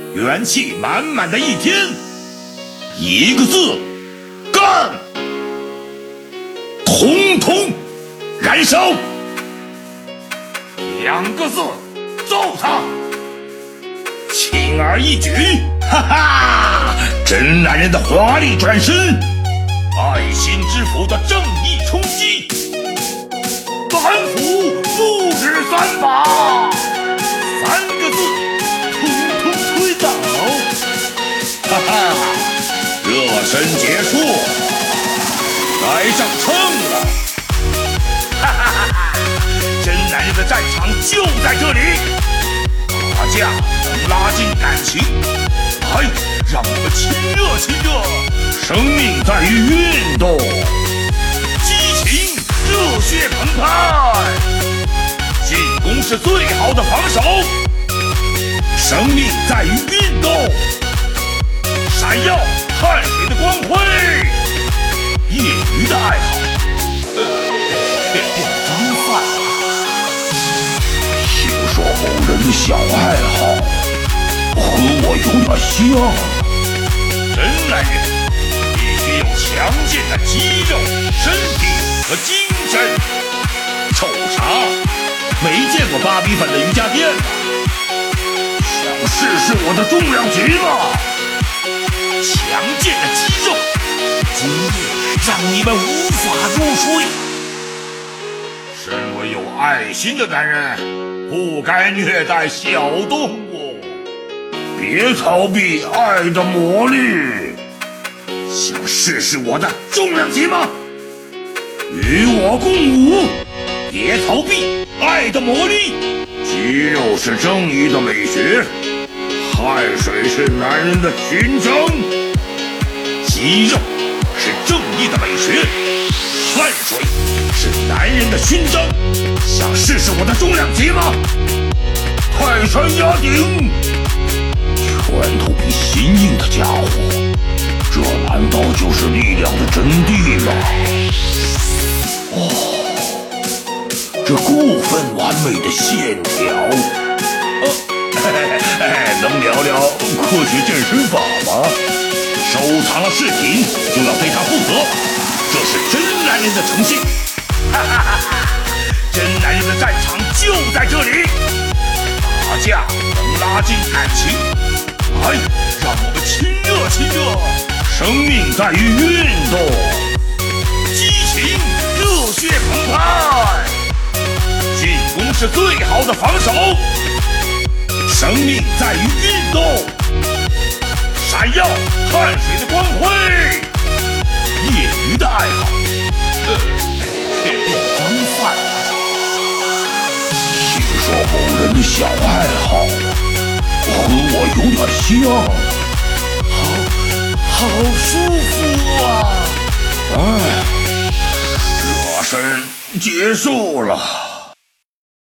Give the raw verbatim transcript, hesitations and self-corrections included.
元气满满的一天。一个字，干！统统燃烧。两个字，揍他！轻而易举，哈哈！真男人的华丽转身，爱心之斧的正义冲击，反斧不止三把，三个字，统统推倒！哈哈！热身结束，该上秤了！哈哈哈哈！真男人的战场就在这里，打架能拉近感情，来，让我们亲热亲热。生命在于运动，激情热血澎湃，进攻是最好的防守。生命在于运动，闪耀汗水的光辉。业余的爱好，呃，变变脏饭。听说某人的小爱好和我有点像。真男人必须有强健的肌肉、身体和精神。瞅啥？没见过芭比粉的瑜伽垫吗？想试试我的重量级吗？强健的肌肉，今夜让你们无法入睡。身为有爱心的男人，不该虐待小动物。别逃避爱的魔力。想试试我的重量级吗？与我共舞。别逃避爱的魔力。肌肉是正义的美学，汗水是男人的勋章。肌肉是正义的美学，汗水是男人的勋章。想试试我的重量级吗？泰山压顶，拳头比心硬的家伙，这难道就是力量的真谛吗？哦，这过分完美的线条。哦，嘿嘿嘿，能聊聊科学健身法吗？收藏了视频就要对他负责，这是真男人的诚信。哈哈哈哈！真男人的战场就在这里，打架能拉近感情，来，让我们亲热亲热。生命在于运动，激情热血澎湃，进攻是最好的防守。生命在于运动，闪耀汗水的光辉。业余的爱好，呃，变变脏饭。听说某人的小爱好和我有点像，好，好舒服啊！哎，热身结束了。